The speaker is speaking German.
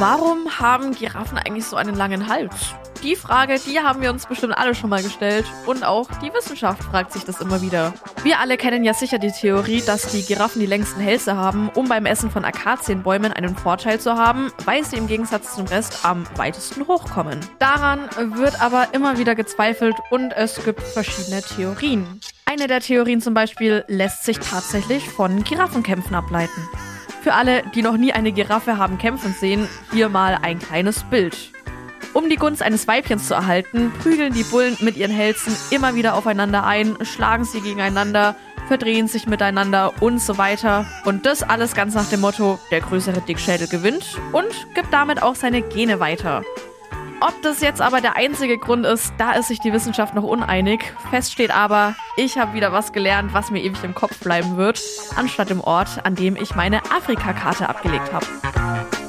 Warum haben Giraffen eigentlich so einen langen Hals? Die Frage, die haben wir uns bestimmt alle schon mal gestellt. Und auch die Wissenschaft fragt sich das immer wieder. Wir alle kennen ja sicher die Theorie, dass die Giraffen die längsten Hälse haben, um beim Essen von Akazienbäumen einen Vorteil zu haben, weil sie im Gegensatz zum Rest am weitesten hochkommen. Daran wird aber immer wieder gezweifelt und es gibt verschiedene Theorien. Eine der Theorien zum Beispiel lässt sich tatsächlich von Giraffenkämpfen ableiten. Für alle, die noch nie eine Giraffe haben kämpfen sehen, hier mal ein kleines Bild. Um die Gunst eines Weibchens zu erhalten, prügeln die Bullen mit ihren Hälsen immer wieder aufeinander ein, schlagen sie gegeneinander, verdrehen sich miteinander und so weiter. Und das alles ganz nach dem Motto, der größere Dickschädel gewinnt und gibt damit auch seine Gene weiter. Ob das jetzt aber der einzige Grund ist, da ist sich die Wissenschaft noch uneinig. Fest steht aber, ich habe wieder was gelernt, was mir ewig im Kopf bleiben wird, anstatt im Ort, an dem ich meine Afrika-Karte abgelegt habe.